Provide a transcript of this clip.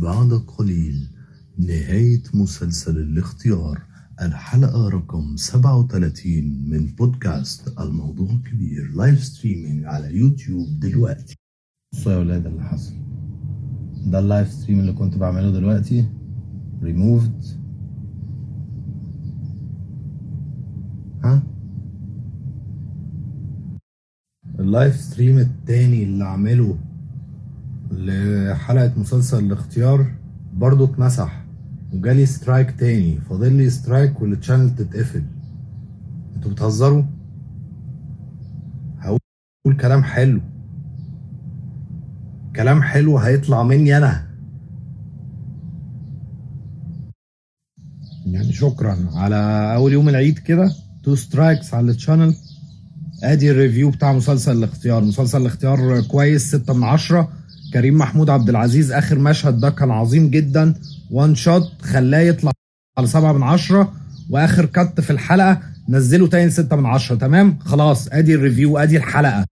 بعد قليل نهاية مسلسل الاختيار، الحلقة رقم 37 من بودكاست الموضوع كبير، لايف ستريمينج على يوتيوب دلوقتي. بصوا يا ولاد اللي حصل ده اللايف ستريم اللي كنت بعمله دلوقتي ريموفد. اللايف ستريم التاني اللي عمله لحلقة مسلسل الاختيار برضو اتمسح وجالي سترايك تاني، فاضل لي سترايك والتشانل تتقفل. انتوا بتهزروا؟ هقول كلام حلو هيطلع مني انا يعني. شكرا على اول يوم العيد كده 2 سترايكس على التشانل. ادي الريفيو بتاع مسلسل الاختيار. مسلسل الاختيار كويس، 6 من 10. كريم محمود عبد العزيز اخر مشهد ده كان عظيم جدا، وان شوت خلاه يطلع على 7 من 10، واخر كت في الحلقة نزله تاني 6 من 10. تمام خلاص، ادي الريفيو، ادي الحلقة.